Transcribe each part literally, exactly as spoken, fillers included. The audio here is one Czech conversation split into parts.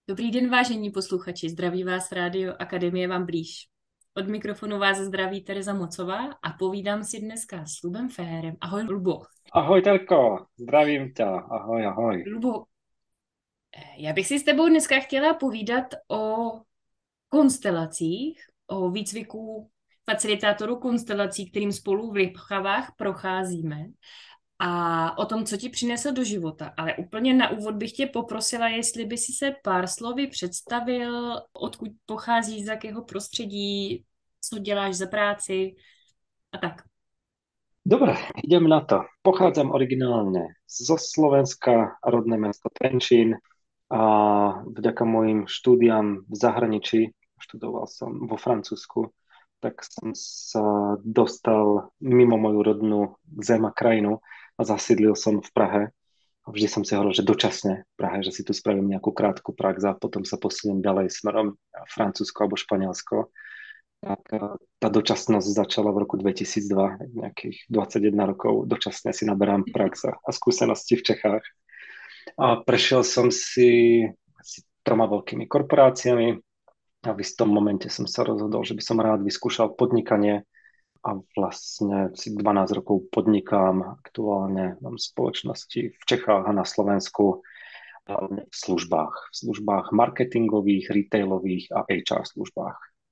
Dobrý den, vážení posluchači, zdraví vás Rádio Akademie vám blíž. Od mikrofonu vás zdraví Tereza Mocová a povídám si dneska s Lubem Férem. Ahoj, Lubo. Ahoj Terko, zdravím tě, ahoj, ahoj. Lubo, eh, já bych si s tebou dneska chtěla povídat o konstelacích, o výcviku facilitátorů konstelací, kterým spolu v Lipchavách procházíme a o tom, co ti přinesl do života. Ale úplně na úvod bych tě poprosila, jestli by si se pár slovy představil, odkud pocházíš, z jakého prostředí, co děláš za práci a tak. Dobre, idem na to. Pochádzam originálne zo Slovenska, rodné mesto Trenčín a vďaka mojim štúdiám v zahraničí, študoval som vo Francúzsku, tak som sa dostal mimo moju rodnú zem a krajinu a zasídlil som v Prahe. Vždy som si hovoril, že dočasne v Prahe, že si tu spravím nejakú krátku prax a potom sa posuniem ďalej smerom Francúzsko alebo Španielsko. Tak eh, tá dočasnosť začala v roku dvetisícdva, nejakých dvadsaťjeden rokov. Dočasne si naberám prax a, a skúsenosti v Čechách. A prešiel som si asi troma veľkými korporáciami a v istom momente som sa rozhodol, že by som rád vyskúšal podnikanie a vlastne si dvanásť rokov podnikám. Aktuálne mám spoločnosti v Čechách a na Slovensku hlavne v službách. V službách marketingových, retailových a há er službách.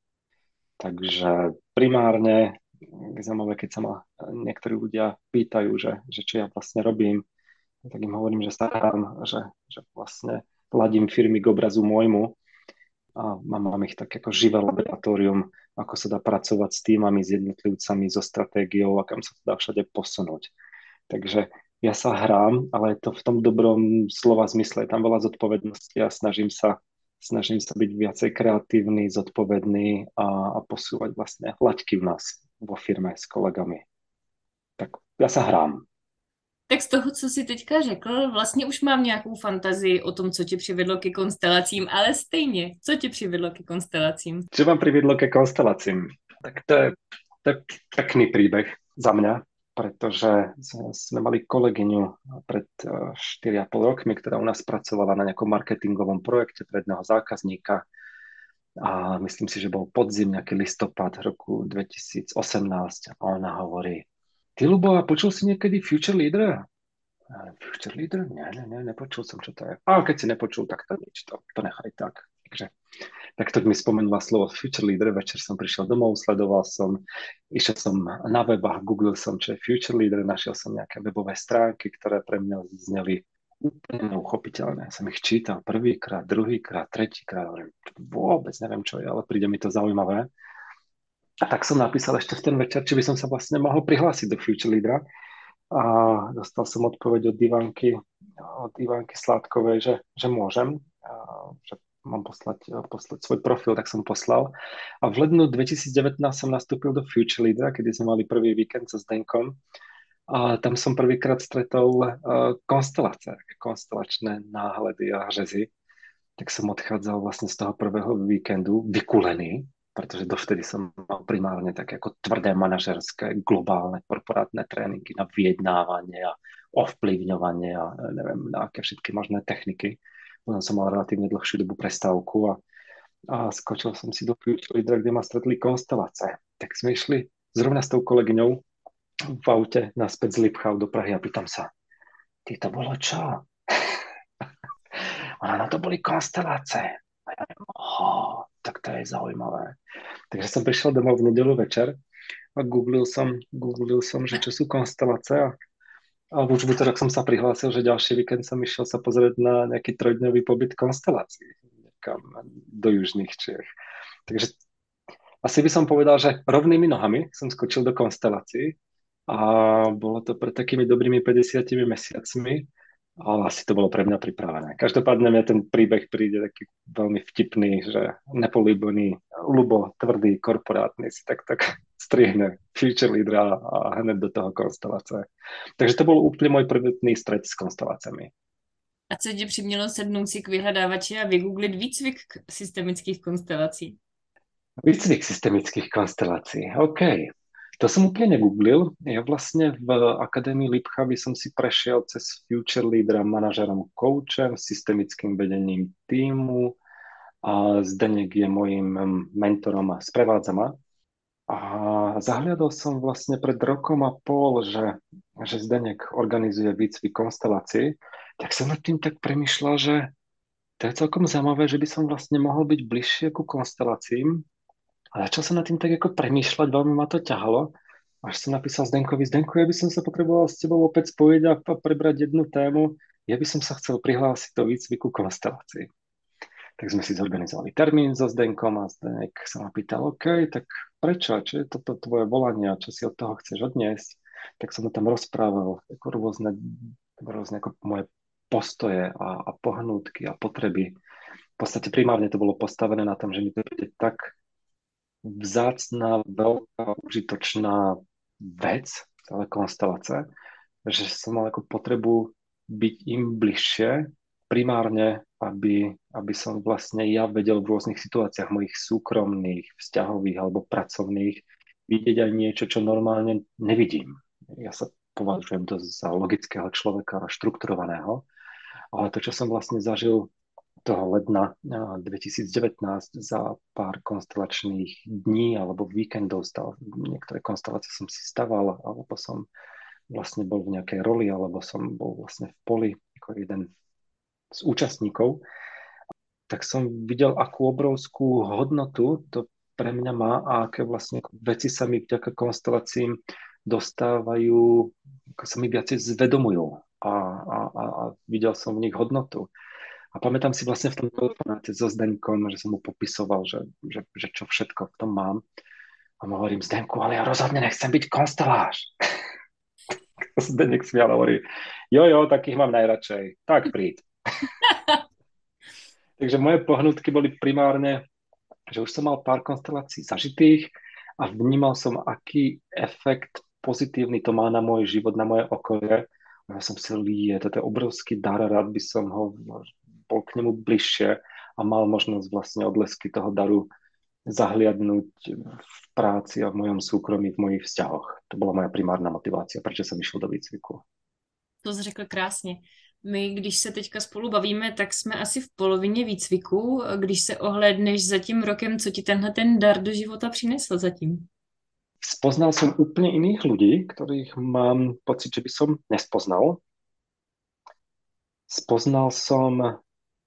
Takže primárne je zaujímavé, keď sa ma niektorí ľudia pýtajú, že, že čo ja vlastne robím, tak im hovorím, že sa hrám, že, že vlastne ladím firmy k obrazu môjmu a mám, mám ich tak ako živé laboratórium, ako sa dá pracovať s týmami, s jednotlivcami, so stratégiou a kam sa to dá všade posunúť. Takže ja sa hrám, ale je to v tom dobrom slova zmysle. Je tam veľa zodpovednosti a snažím sa snažím sa byť viacej kreatívny, zodpovedný a, a posúvať vlastne laťky v nás vo firme s kolegami. Tak ja sa hrám. Tak z toho, co jsi teďka řekl, vlastně už mám nějakou fantazii o tom, co tě přivedlo ke konstelacím, ale stejně, co tě přivedlo ke konstelacím? Čo vám priviedlo ke konsteláciám? Tak to je, to je pekný príbeh za mňa, pretože sme mali kolegyňu pred štyri a pol rokmi, ktorá u nás pracovala na nejakom marketingovom projekte pre jedného zákazníka a myslím si, že bol podzim, nejaký listopad roku dvetisícosemnásť a ona hovorí: Ty, Lubo, a počul si niekedy Future Leader? Future Leader? Nie, nie, nie, nepočul som, čo to je. A keď si nepočul, tak to nič, to, to nechaj tak. Takže tak to mi spomenula slovo Future Leader, večer som prišiel domov, sledoval som, išiel som na webách, googlil som, čo je Future Leader, našiel som nejaké webové stránky, ktoré pre mňa zneli úplne neuchopiteľné. Som ich čítal prvýkrát, druhýkrát, tretíkrát, hovorím, vôbec neviem, čo je, ale príde mi to zaujímavé. A tak som napísal ešte v ten večer, či by som sa vlastne mohol prihlásiť do Future Leadera. A dostal som odpoveď od Ivanky, od Ivanky Sládkovej, že, že môžem, a že mám poslať, poslať svoj profil, tak som poslal. A v lednu dvetisícdevätnásť som nastúpil do Future Leadera, kedy sme mali prvý víkend so Zdenkom. A tam som prvýkrát stretol uh, konstelácie, konstelačné náhledy a řezy. Tak som odchádzal vlastne z toho prvého víkendu vykulený, pretože dovtedy som mal primárne také ako tvrdé manažerské, globálne korporátne tréninky na vyjednávanie a ovplyvňovanie a neviem, na aké všetky možné techniky. Potom som mal relatívne dlhšiu dobu prestávku a, a skočil som si do Future Leadera, kde ma stretli konstelácie. Tak sme išli zrovna s tou kolegyňou v aute naspäť z Lipchav do Prahy a pýtam sa, ty, to bolo čo? Ona, no to boli konstelácie. A ja neviem, oh, tak to je zaujímavé. Takže som prišiel domov v nedeľu večer a googlil som, googlil som, že čo sú konstelácie a, a už v útorok som sa prihlásil, že ďalší víkend som išiel sa pozrieť na nejaký trojdňový pobyt konstelácií niekam do južných Čiech. Takže asi by som povedal, že rovnými nohami som skočil do konstelácií a bolo to pred takými dobrými päťdesiatimi mesiacmi. Ale asi to bolo pre mňa pripravené. Každopádne mňa ten príbeh príde taký veľmi vtipný, že nepolíbený, ľubo, tvrdý, korporátny si tak, tak strihne Future Leadera a hned do toho konstelácie. Takže to bol úplne môj prvotný stret s konsteláciami. A co tě přimělo sednout si k vyhledávači a vygooglit výcvik k- systemických konstelací? Výcvik systemických konstelácií. OK. To som úplne negooglil. Ja vlastne v Akadémii Lipchavy som si prešiel cez Future Leadera, manažerom, coachem, systemickým vedením týmu, a Zdeněk je mojím mentorom a sprevádza ma. A zahliadol som vlastne pred rokom a pol, že, že Zdeněk organizuje výcvik konstelácií, tak som nad tým tak premyšľal, že to je celkom zaujímavé, že by som vlastne mohol byť bližšie ku konsteláciím. A začal som nad tým tak ako premýšľať, veľmi ma to ťahalo. Až som napísal Zdenkovi, Zdenko, ja by som sa potreboval s tebou opäť spojiť a prebrať jednu tému. Ja by som sa chcel prihlásiť do výcviku konstelácií. Tak sme si zorganizovali termín so Zdenkom a Zdenek sa ma pýtal, OK, tak prečo? Čo je toto tvoje volanie? Čo si od toho chceš odniesť? Tak som mu tam rozprával ako rôzne, rôzne ako moje postoje a, a pohnútky a potreby. V podstate primárne to bolo postavené na tom, že mi to je tak vzácna, veľká, užitočná vec, celé konstelace, že som mal ako potrebu byť im bližšie, primárne, aby, aby som vlastne ja vedel v rôznych situáciách mojich súkromných, vzťahových alebo pracovných vidieť aj niečo, čo normálne nevidím. Ja sa považujem dosť za logického človeka, štrukturovaného, ale to, čo som vlastne zažil toho ledna dvetisícdevätnásť za pár konstelačných dní alebo víkendov stal. Niektoré konstelácie som si staval, alebo som vlastne bol v nejakej roli, alebo som bol vlastne v poli ako jeden z účastníkov, tak som videl, akú obrovskú hodnotu to pre mňa má a aké vlastne veci sa mi vďaka konsteláciím dostávajú, ako sa mi viacej zvedomujú a, a, a, a videl som v nich hodnotu. A pamätám si vlastne v tom telefonáte so Zdeňkom, že som mu popisoval, že, že, že čo všetko v tom mám. A mu hovorím, Zdeňku, ale ja rozhodne nechcem byť konstelář. Zdeněk smial a hovorí, jo, jo, takých mám najradšej. Tak príď. Takže moje pohnutky boli primárne, že už som mal pár konstelácií zažitých a vnímal som, aký efekt pozitívny to má na môj život, na moje okolie. A ja som si je, toto je obrovský dar, rád by som ho bol k nemu bližšie a mal možnosť vlastne odlesky toho daru zahliadnúť v práci a v mojom súkromí, v mojich vzťahoch. To bola moja primárna motivácia, prečo som išiel do výcviku. To jsi řekl krásně. My, když se teďka spolu bavíme, tak jsme asi v polovině výcviku. Když se ohlédneš za tím rokem, co ti tenhle ten dar do života přinesl zatím? Spoznal som úplne iných ľudí, ktorých mám pocit, že by som nespoznal. Spoznal som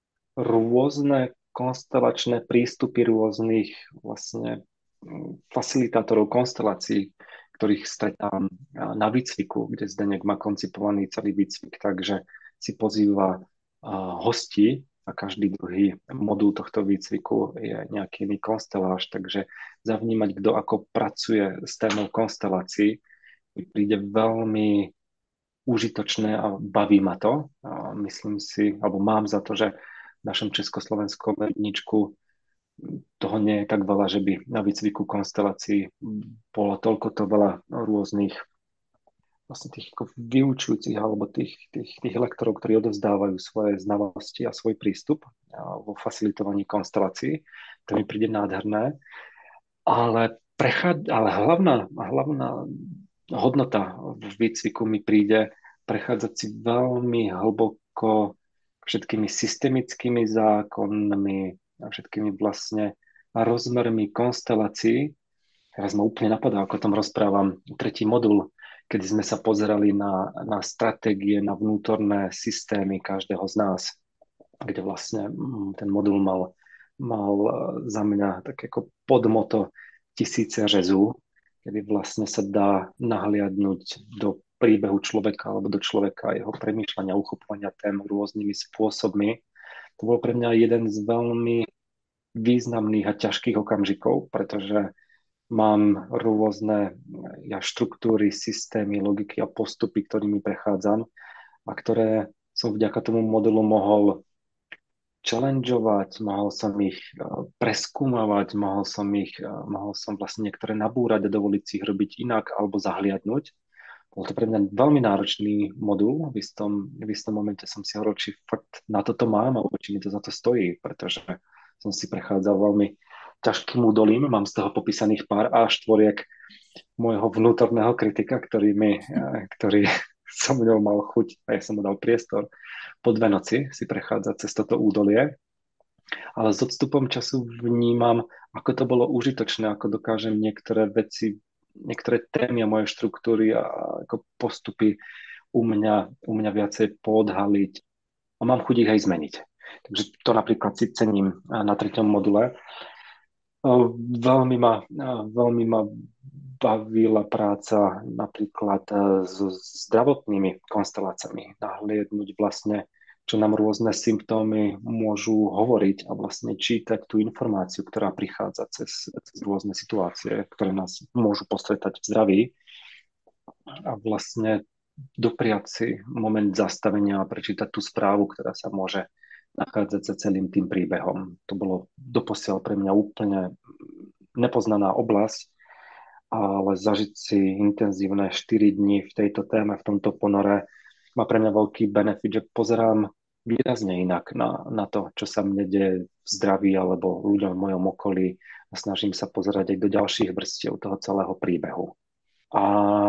rôzne konstelačné prístupy rôznych vlastne facilitátorov konstelácií, ktorých stretám na výcviku, kde Zdeněk má koncipovaný celý výcvik, takže si pozýva hostí a každý druhý modul tohto výcviku je nejaký iný konstelář, takže zavnímať, kto ako pracuje s témou konstelácií, mi príde veľmi užitočné a baví ma to. A myslím si, alebo mám za to, že v našom československom rybníčku toho nie je tak veľa, že by na výcviku konstelácií bolo toľko to veľa rôznych vlastne tých vyučujúcich alebo tých, tých, tých lektorov, ktorí odovzdávajú svoje znalosti a svoj prístup vo facilitovaní konstelácií. To mi príde nádherné. Ale, prechad, ale hlavná, hlavná hodnota v výcviku mi príde prechádzať si veľmi hlboko všetkými systemickými zákonmi a všetkými vlastne rozmermi konstelácií. Teraz ma úplne napadá, ako o tom rozprávam, tretí modul, kedy sme sa pozerali na, na stratégie, na vnútorné systémy každého z nás, kde vlastne ten modul mal, mal za mňa tak ako podmoto tisíce řezů, kedy vlastne sa dá nahliadnúť do príbehu človeka alebo do človeka, jeho premýšľania, uchopovania tém rôznymi spôsobmi. To bol pre mňa jeden z veľmi významných a ťažkých okamžikov, pretože mám rôzne ja, štruktúry, systémy, logiky a postupy, ktorými prechádzam a ktoré som vďaka tomu modelu mohol challengeovať, mohol som ich preskúmavať, mohol som ich, mohol som vlastne niektoré nabúrať a dovoliť si ich robiť inak alebo zahliadnúť. Bol to pre mňa veľmi náročný modul. V istom, v istom momente som si hovoril, či fakt na toto mám, alebo či mi to za to stojí, pretože som si prechádzal veľmi ťažkým údolím. Mám z toho popísaných pár á štyri môjho vnútorného kritika, ktorý, mi, ktorý som mňou mal chuť a ja som mu dal priestor po dve noci si prechádzať cez toto údolie. ale s odstupom času vnímam, ako to bolo užitočné, ako dokážem niektoré veci, niektoré témy a moje štruktúry a ako postupy u mňa, u mňa viacej poodhaliť a mám chuť ich aj zmeniť. Takže to napríklad si cením na treťom module. Veľmi ma, veľmi ma bavila práca napríklad s zdravotnými konsteláciami. Nahliadnúť vlastne, čo nám rôzne symptómy môžu hovoriť a vlastne čítať tú informáciu, ktorá prichádza cez, cez rôzne situácie, ktoré nás môžu postretať v zdraví. A vlastne dopriať si moment zastavenia a prečítať tú správu, ktorá sa môže nachádzať za celým tým príbehom. To bolo doposiaľ pre mňa úplne nepoznaná oblasť, ale zažiť si intenzívne štyri dni v tejto téme, v tomto ponore, má pre mňa veľký benefit, že pozerám výrazne inak na, na to, čo sa mne deje v zdraví alebo ľuďom v mojom okolí a snažím sa pozerať aj do ďalších vrstiev toho celého príbehu. A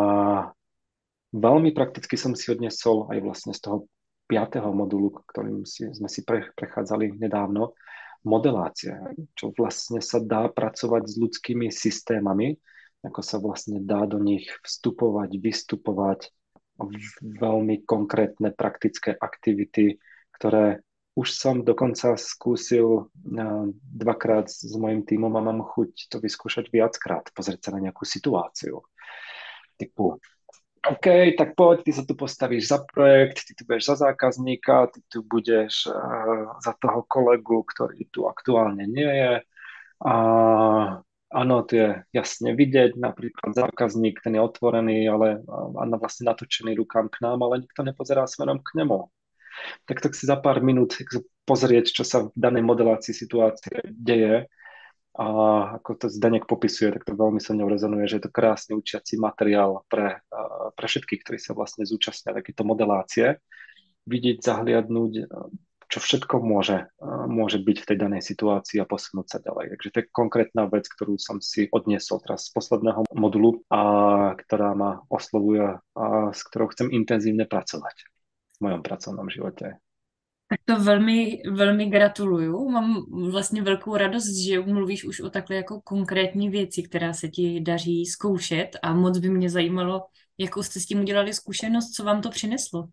veľmi prakticky som si odnesol aj vlastne z toho piatého modulu, ktorým si, sme si pre, prechádzali nedávno, modelácie, čo vlastne sa dá pracovať s ľudskými systémami, ako sa vlastne dá do nich vstupovať, vystupovať, veľmi konkrétne praktické aktivity, ktoré už som dokonca skúsil dvakrát s mojím tímom a mám chuť to vyskúšať viackrát, pozrieť sa na nejakú situáciu. Typu OK, tak poď, ty sa tu postavíš za projekt, ty tu budeš za zákazníka, ty tu budeš uh, za toho kolegu, ktorý tu aktuálne nie je. A áno, tu je jasne vidieť, napríklad zákazník, ten je otvorený, ale uh, vlastne natočený rukám k nám, ale nikto nepozerá smerom k nemu. Tak tak si za pár minút pozrieť, čo sa v danej modelácii situácie deje. A ako to Zdeněk popisuje, tak to veľmi so mnou rezonuje, že je to krásny učiací materiál pre, pre všetkých, ktorí sa vlastne zúčastnia takéto modelácie. Vidieť, zahliadnúť, čo všetko môže, môže byť v tej danej situácii a posunúť sa ďalej. Takže to je konkrétna vec, ktorú som si odniesol teraz z posledného modulu a ktorá ma oslovuje a s ktorou chcem intenzívne pracovať v mojom pracovnom živote. Tak to velmi, velmi gratuluju. Mám vlastně velkou radost, že mluvíš už o takhle jako konkrétní věci, která se ti daří zkoušet a moc by mě zajímalo, jakou jste s tím udělali zkušenost, co vám to přineslo.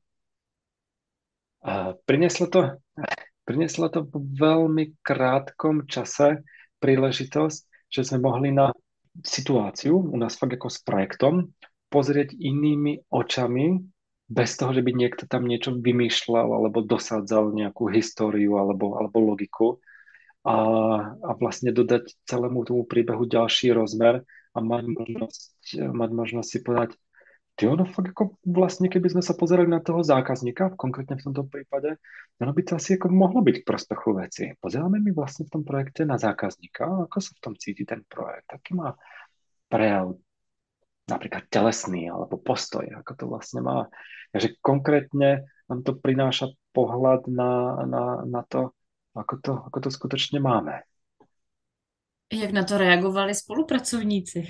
A prinieslo to, prinieslo to v veľmi krátkom čase príležitosť, že sme mohli na situáciu u nás fakt ako s projektom pozrieť inými očami, bez toho, že by niekto tam niečo vymýšľal alebo dosádzal nejakú históriu alebo, alebo logiku a, a vlastne dodať celému tomu príbehu ďalší rozmer a mať možnosť, mať možnosť si povedať, ty ono fakt ako vlastne, keby sme sa pozerali na toho zákazníka, konkrétne v tomto prípade, ono by to asi ako mohlo byť k prospechu veci. Pozeráme mi vlastne v tom projekte na zákazníka, ako sa v tom cíti ten projekt, aký má prejav, napríklad telesný alebo postoj, ako to vlastne má. Takže konkrétne nám to prináša pohľad na, na, na to, ako to, ako to skutočne máme. Jak na to reagovali spolupracovníci?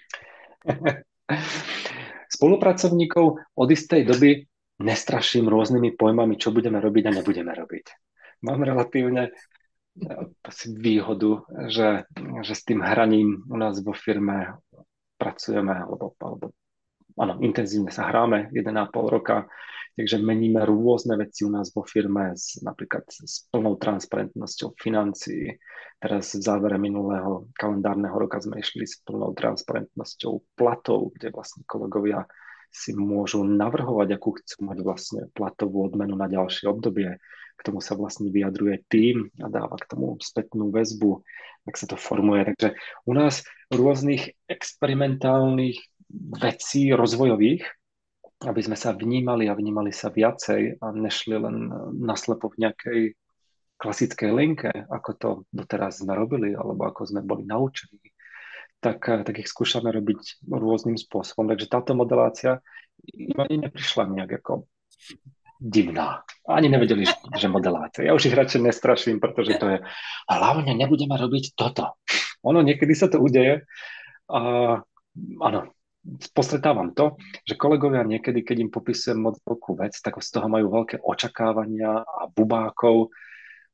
Spolupracovníkov od istej doby nestraším rôznymi pojmami, čo budeme robiť a nebudeme robiť. Mám relatívne asi výhodu, že, že s tým hraním u nás vo firme pracujeme, alebo, alebo áno, intenzívne sa hráme jeden a pol roka, takže meníme rôzne veci u nás vo firme, s, napríklad s plnou transparentnosťou financií. Teraz v závere minulého kalendárneho roka sme išli s plnou transparentnosťou platov, kde vlastne kolegovia si môžu navrhovať, akú chcú mať vlastne platovú odmenu na ďalšie obdobie. K tomu sa vlastne vyjadruje tím a dáva k tomu spätnú väzbu, tak sa to formuje. Takže u nás rôznych experimentálnych vecí rozvojových, aby sme sa vnímali a vnímali sa viacej a nešli len naslepo v nejakej klasickej linke, ako to doteraz sme robili, alebo ako sme boli naučení, tak, tak ich skúšame robiť rôznym spôsobom. Takže táto modelácia im ani neprišla nejak ako divná. Ani nevedeli, že, že modelácia. Ja už ich radšej nestraším, pretože to je hlavne nebudeme robiť toto. Ono niekedy sa to udeje a áno, postretávam to, že kolegovia niekedy, keď im popisujem moc veľkú vec, tak z toho majú veľké očakávania a bubákov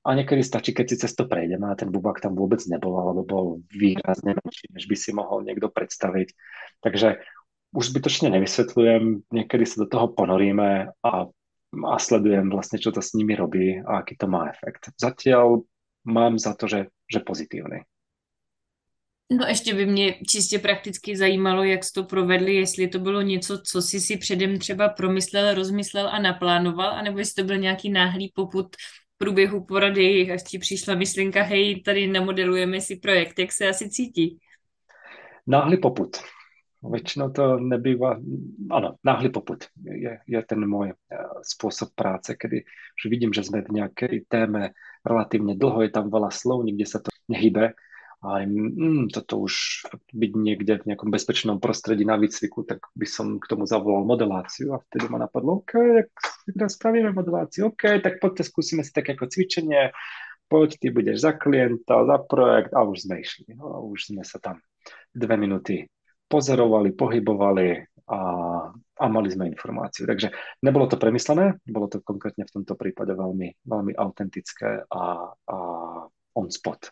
A niekedy stačí, keď si cez to prejdeme a ten bubak tam vôbec nebol, alebo bol výrazne menší, než by si mohol niekto predstaviť. Takže už zbytočne nevysvetľujem, niekedy sa do toho ponoríme a, a sledujem vlastne, čo to s nimi robí a aký to má efekt. Zatiaľ mám za to, že, že pozitívny. No ještě by mě čistě prakticky zajímalo, jak jsi to provedli, jestli to bylo něco, co jsi si předem třeba promyslel, rozmyslel a naplánoval, anebo jestli to byl nějaký náhlý popud v průběhu porady, až ti přišla myšlenka, hej, tady namodelujeme si projekt, jak se asi cítí? Náhly popud. Väčšinou to nebýva, áno, náhly popud je, je ten môj eh, spôsob práce, kedy už vidím, že sme v nejakej téme relatívne dlho, je tam veľa slov, nikde sa to nehybe a mm, toto už byť niekde v nejakom bezpečnom prostredí na výcviku, tak by som k tomu zavolal modeláciu a vtedy ma napadlo, OK, tak teda spravíme modeláciu, OK, tak poďte skúsime si také ako cvičenie, poď, ty budeš za klienta, za projekt a už sme išli. No, a už sme sa tam dve minúty pozorovali, pohybovali a, a mali sme informáciu. Takže nebolo to premyslené, bolo to konkrétne v tomto prípade veľmi, veľmi autentické a, a on spot.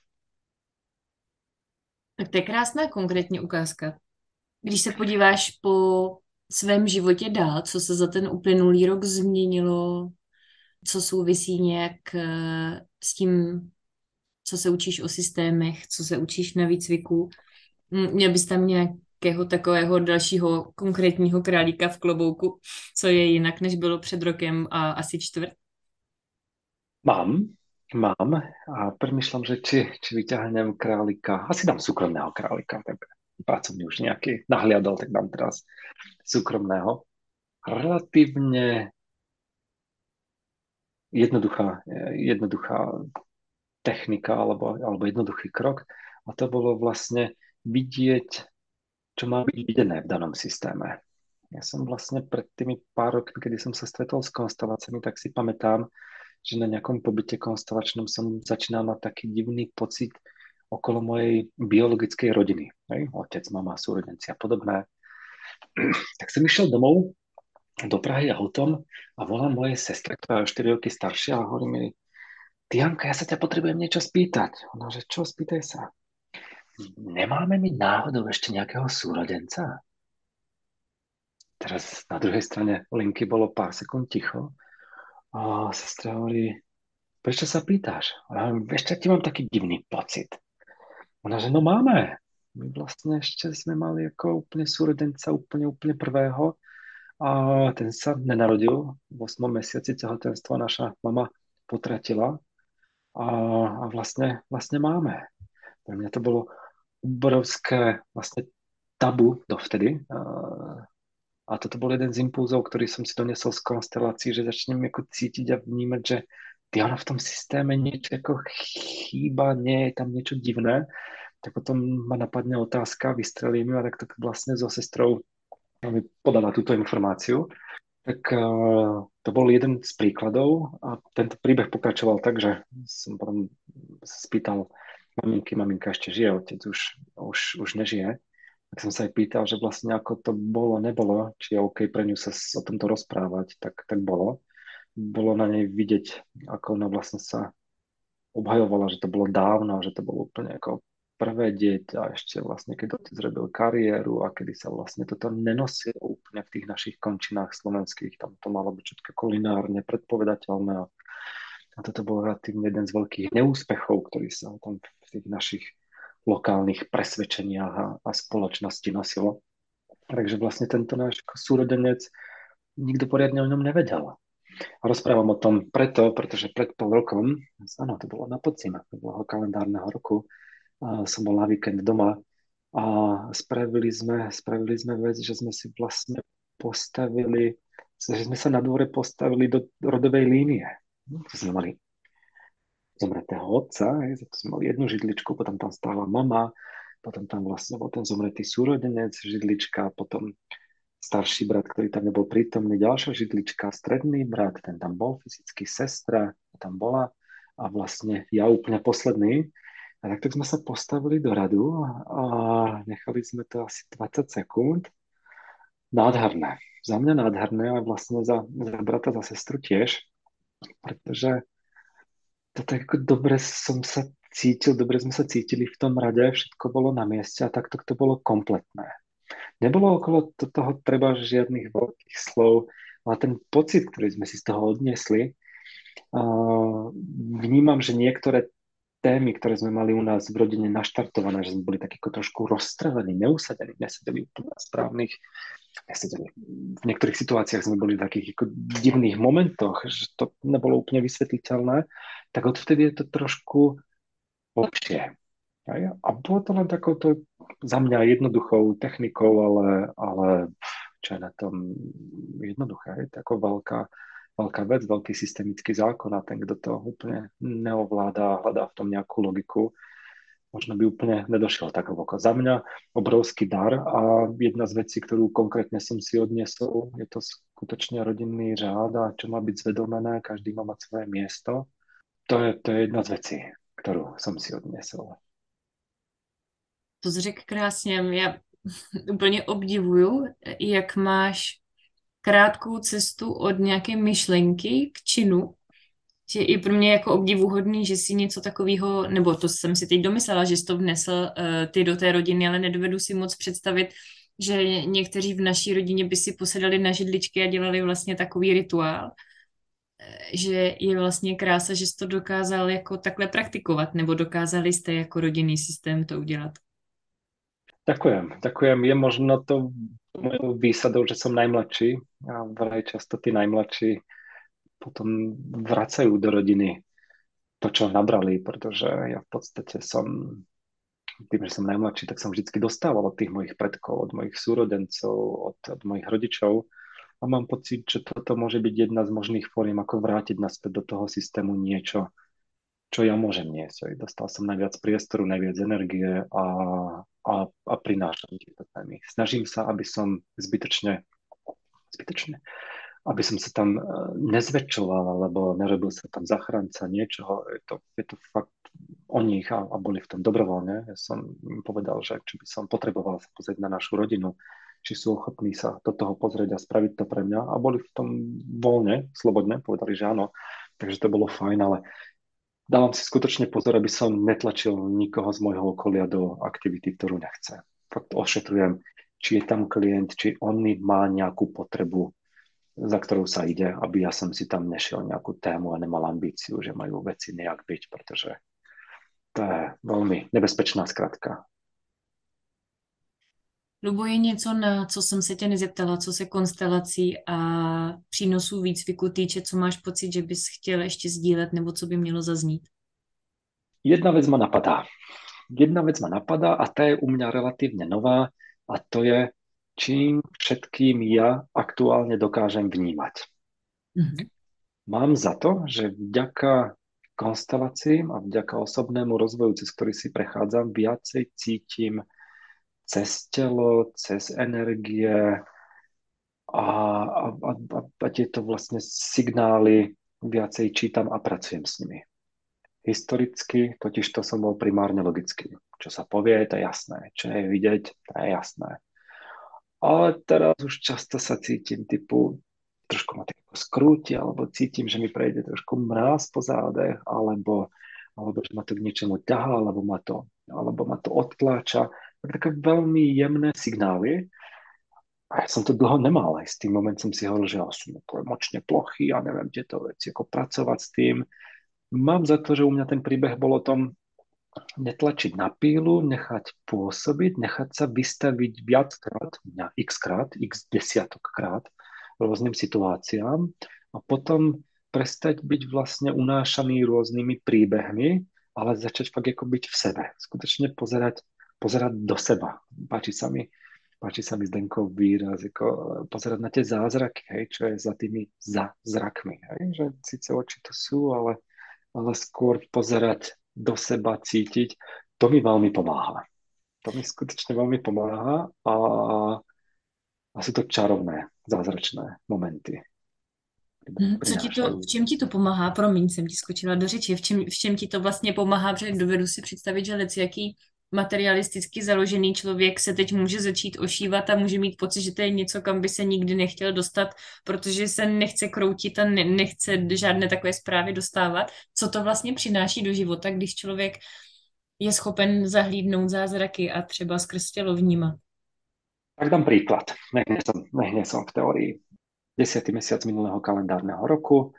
Tak to je krásná konkrétní ukázka. Když se podíváš po svém životě dál, co se za ten uplynulý rok změnilo, co souvisí nějak eh, s tím, co se učíš o systémech, co se učíš na výcviku, M- měl bys tam nějakého takového dalšího konkrétního králíka v klobouku, co je jinak, než bylo před rokem a asi čtvrt? Mám, mám a premyšľam, že či, či vyťahnem králika. Asi dám súkromného králika, tak pracovný už nejaký nahliadol, tak dám teraz súkromného. Relatívne jednoduchá, jednoduchá technika alebo, alebo jednoduchý krok a to bolo vlastne vidieť, čo má byť videné v danom systéme. Ja som vlastne pred tými pár rokmi, kedy som sa stretol s konsteláciami, tak si pamätám, že na nejakom pobyte konstelačnom som začínal mať taký divný pocit okolo mojej biologickej rodiny. Hej? Otec, mama, súrodenci a podobné. Tak som išiel domov do Prahy autom a volám mojej sestre, ktorá je štyri roky staršia a hovorí mi, ty Janka, ja sa ťa potrebujem niečo spýtať. Ona, že čo, spýtaj sa. Nemáme mi náhodou ešte nejakého súrodenca? Teraz na druhej strane linky bolo pár sekúnd ticho a sestra hovorí, prečo sa pýtaš? Ona, ešte ti mám taký divný pocit. Ona, že no máme. My vlastne ešte sme mali ako úplne súrodenca, úplne, úplne prvého a ten sa nenarodil. V ôsmom mesiaci tehotenstva naša mama potratila a, a vlastne, vlastne máme. Pre mňa to bolo obrovské vlastne tabu dovtedy. A, a toto bol jeden z impulzov, ktorý som si donesol z konstelácií, že začnem ako cítiť a vnímať, že Diana v tom systéme niečo ako chýba, nie je tam niečo divné. Tak potom ma napadne otázka, vystrelím ju a tak, tak vlastne so sestrou mi podala túto informáciu. Tak uh, to bol jeden z príkladov a tento príbeh pokračoval tak, že som potom sa spýtal maminky, maminka ešte žije, otec už, už, už nežije. Tak som sa aj pýtal, že vlastne ako to bolo, nebolo, či je OK pre ňu sa o tomto rozprávať, tak, tak bolo. Bolo na nej vidieť, ako ona vlastne sa obhajovala, že to bolo dávno, že to bolo úplne ako prvé dieťa a ešte vlastne, keď otec robil kariéru a kedy sa vlastne toto nenosilo úplne v tých našich končinách slovenských, tam to malo byť všetko kulinárne, predpovedateľné a toto bol relatívne jeden z veľkých neúspechov, ktorý sa tam v tých našich lokálnych presvedčeniach a, a spoločnosti nosilo. Takže vlastne tento náš súrodenec nikto poriadne o ňom nevedel. A rozprávam o tom preto, pretože pred pol rokom, áno, to bolo na podzim minulého kalendárneho roku, a som bol na víkend doma a spravili sme, spravili sme vec, že sme si vlastne postavili, že sme sa na dvore postavili do rodovej línie. To sme mali zomretého otca, hej, to sme mali jednu židličku, potom tam stála mama, potom tam vlastne bol ten zomretý súrodenec, židlička, potom starší brat, ktorý tam nebol prítomný, ďalšia židlička, stredný brat, ten tam bol, fyzicky sestra tam bola a vlastne ja úplne posledný. A takto sme sa postavili do radu a nechali sme to asi dvadsať sekúnd. Nádherné. Za mňa nádherné a vlastne za, za brata, za sestru tiež, pretože to tak ako dobre som sa cítil, dobre sme sa cítili v tom rade, všetko bolo na mieste a takto to bolo kompletné. Nebolo okolo to- toho treba žiadnych veľkých slov, ale ten pocit, ktorý sme si z toho odniesli, uh, vnímam, že niektoré témy, ktoré sme mali u nás v rodine naštartované, že sme boli takí ako trošku rozstrelení, neusadení, nesedeli úplne na správnych, nesedeli. V niektorých situáciách sme boli v takých ako divných momentoch, že to nebolo úplne vysvetliteľné, tak odvtedy je to trošku lepšie. Hej? A bolo to len takouto za mňa jednoduchou technikou, ale, ale čo je na tom jednoduché, je to ako veľká, veľká vec, veľký systemický zákon a ten, kto to úplne neovláda a hľadá v tom nejakú logiku, možno by úplne nedošiel tak hlboko. Za mňa obrovský dar a jedna z vecí, ktorú konkrétne som si odniesol, je to skutočne rodinný řád a čo má byť zvedomené, každý má mať svoje miesto. To je, to je jedna z vecí, ktorú som si odniesol. To jsi řekl krásně. Já úplně obdivuju, jak máš krátkou cestu od nějaké myšlenky k činu, že i pro mě jako obdivuhodný, že si něco takového, nebo to jsem si teď domyslela, že jsi to vnesl uh, ty do té rodiny, ale nedovedu si moc představit, že někteří v naší rodině by si posedali na židličky a dělali vlastně takový rituál, že je vlastně krása, že jsi to dokázal jako takhle praktikovat, nebo dokázali jste jako rodinný systém to udělat. Ďakujem, ďakujem. Je možno to mojou výsadou, že som najmladší a vraj často tí najmladší potom vracajú do rodiny to, čo nabrali, pretože ja v podstate som, tým, že som najmladší, tak som vždycky dostával od tých mojich predkov, od mojich súrodencov, od, od mojich rodičov a mám pocit, že toto môže byť jedna z možných fóriem, ako vrátiť naspäť do toho systému niečo, čo ja môžem niesť. Dostal som najviac priestoru, najviac energie a, a, a prinášam tieto témy. Snažím sa, aby som zbytočne, zbytočne, aby som sa tam eh, nezväčšoval, alebo nerobil sa tam zachránca niečoho. Je to, je to fakt o nich a, a boli v tom dobrovoľne. Ja som im povedal, že či by som potreboval sa pozrieť na našu rodinu, či sú ochotní sa do toho pozrieť a spraviť to pre mňa. A boli v tom voľne, slobodne, povedali, že áno. Takže to bolo fajn, ale dávam si skutočne pozor, aby som netlačil nikoho z môjho okolia do aktivity, ktorú nechce. Fakt ošetrujem, či je tam klient, či on má nejakú potrebu, za ktorou sa ide, aby ja som si tam nešiel nejakú tému a nemal ambíciu, že majú veci nejak byť, pretože to je veľmi nebezpečná skratka. Lubo, je něco, na co jsem se tě nezeptala, co se konstelací a přínosů výcviku týče, co máš pocit, že bys chtěl ještě sdílet, nebo co by mělo zaznít? Jedna vec ma napadá. Jedna vec ma napadá a tá je u mňa relatívne nová a to je, čím všetkým ja aktuálne dokážem vnímať. Mhm. Mám za to, že vďaka konsteláciám a vďaka osobnému rozvoju, cez ktorý si prechádzam, viacej cítim cez telo, cez energie a, a, a, a tieto vlastne signály viacej čítam a pracujem s nimi. Historicky totiž to som bol primárne logický. Čo sa povie, to je jasné. Čo je vidieť, to je jasné. Ale teraz už často sa cítim typu, trošku ma tak ako skrúti, alebo cítim, že mi prejde trošku mráz po zádech, alebo, alebo že ma to k niečomu ťahá, alebo ma to, alebo ma to odtláča. Tak také veľmi jemné signály. A ja som to dlho nemal. Aj s tým moment som si hovoril, že ja som emočne plochý a neviem tieto veci, ako pracovať s tým. Mám za to, že u mňa ten príbeh bol o tom netlačiť na pílu, nechať pôsobiť, nechať sa vystaviť viackrát, na x krát, x desiatok krát rôznym situáciám a potom prestať byť vlastne unášaný rôznymi príbehmi, ale začať fakt ako byť v sebe. Skutočne pozerať, pozerať do seba. Páči sa mi, páči sa mi Zdenkov výraz, ako pozerať na tie zázraky, hej, čo je za tými zázrakmi. Hej, že síce oči to sú, ale, ale skôr pozerať do seba, cítiť, to mi veľmi pomáha. To mi skutočne veľmi pomáha a, a sú to čarovné, zázračné momenty. Mhm. Co ti to, v Prinášajú. čem ti to pomáhá? Promiň, jsem ti skočila do řeči. V čem, v čem ti to vlastně pomáhá? Protože dovedu si představit, že leci, jaký materialisticky založený člověk se teď může začít ošívat a může mít pocit, že to je něco, kam by se nikdy nechtěl dostat, protože se nechce kroutit a ne- nechce žádné takové zprávy dostávat. Co to vlastně přináší do života, když člověk je schopen zahlídnout zázraky a třeba skrz tělo vnímat? Tak dám príklad. Nech nie som, nech nie som v teórii. Desiatý mesiac minulého kalendárneho roku,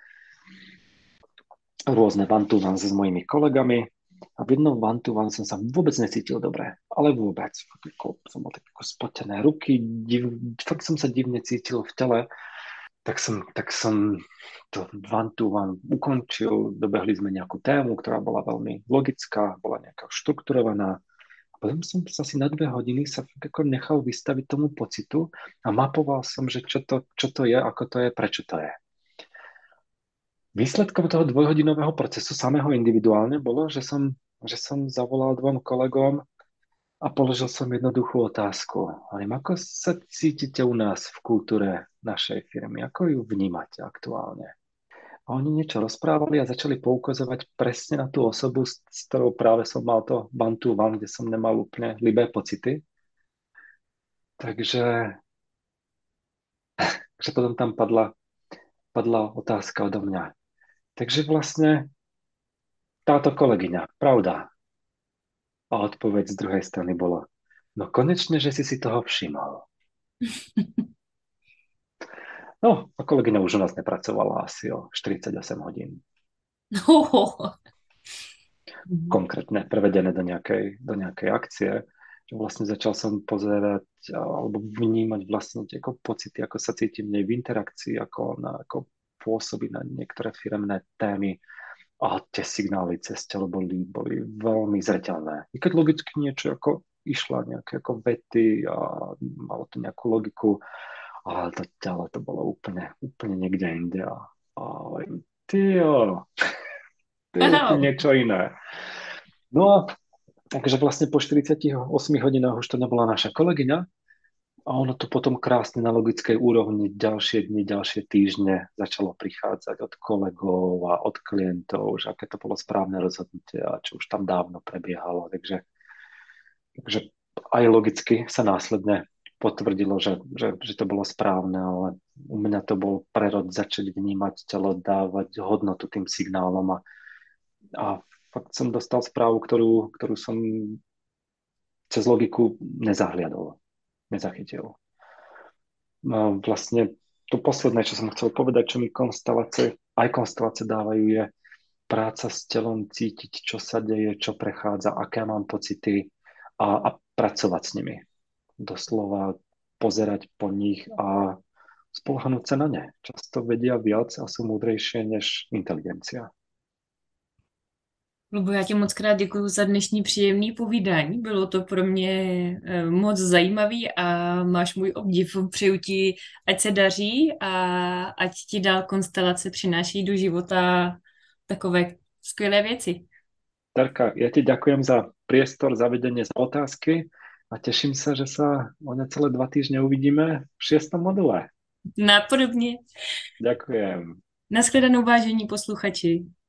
rôzne vantúvam s mojimi kolegami a v jednom vantúvam som sa vôbec necítil dobre, ale vôbec. Ako, som mal také ako spotené ruky, div, fakt som sa divne cítil v tele, tak som, tak som to vantúvam ukončil, dobehli sme nejakú tému, ktorá bola veľmi logická, bola nejaká štrukturovaná. Potom som sa asi na dve hodiny sa ako nechal vystaviť tomu pocitu a mapoval som, že čo to, čo to je, ako to je, prečo to je. Výsledkom toho dvojhodinového procesu samého individuálne bolo, že som, že som zavolal dvom kolegom a položil som jednoduchú otázku. Hovorím, ako sa cítite u nás v kultúre našej firmy? Ako ju vnímate aktuálne? A oni niečo rozprávali a začali poukazovať presne na tú osobu, s, s ktorou práve som mal to bantu van, kde som nemal úplne libé pocity. Takže, takže potom tam padla, padla otázka odo mňa. Takže vlastne táto kolegyňa, pravda. A odpoveď z druhej strany bola, no konečne, že si si toho všimol. No, a kolegyňa už u nás nepracovala asi o štyridsaťosem hodín. No. Konkrétne prevedené do nejakej, do nejakej akcie. Že vlastne začal som pozerať alebo vnímať vlastne tie ako pocity, ako sa cítim v nej v interakcii, ako ona ako pôsobí na niektoré firemné témy. A tie signály cez telo boli, boli veľmi zreteľné. I keď logicky niečo ako išla nejaké ako vety a malo to nejakú logiku, ale to telo to bolo úplne, úplne niekde inde. A, a tyjo, to je úplne Wow. niečo iné. No a takže vlastne po štyridsiatich ôsmich hodinách už to nebola naša kolegyňa a ono to potom krásne na logickej úrovni ďalšie dni, ďalšie týždne začalo prichádzať od kolegov a od klientov, že aké to bolo správne rozhodnutie a čo už tam dávno prebiehalo. Takže, takže aj logicky sa následne potvrdilo, že, že, že to bolo správne, ale u mňa to bol prerod začať vnímať telo, dávať hodnotu tým signálom a, a fakt som dostal správu, ktorú, ktorú som cez logiku nezahliadol, nezachytil. No, vlastne to posledné, čo som chcel povedať, čo mi konstelácie, aj konstelácie dávajú, je práca s telom, cítiť, čo sa deje, čo prechádza, aké mám pocity a, a pracovať s nimi. Doslova pozerať po nich a spoľahnúť sa na ne. Často vedia viac a sú múdrejšie než inteligencia. Lubo, já ti moc krát děkuji za dnešní příjemný povídání. Bylo to pro mě eh, moc zajímavý a máš můj obdiv. Přeju ti, ať se daří a ať ti dál konstelace přináší do života takové skvělé věci. Terka, ja ti ďakujem za priestor, za vedenie, za otázky a teším sa, že sa o necelé dva týždne uvidíme v šiestom module. Napodobně. Ďakujem. Naschledanou, vážení posluchači.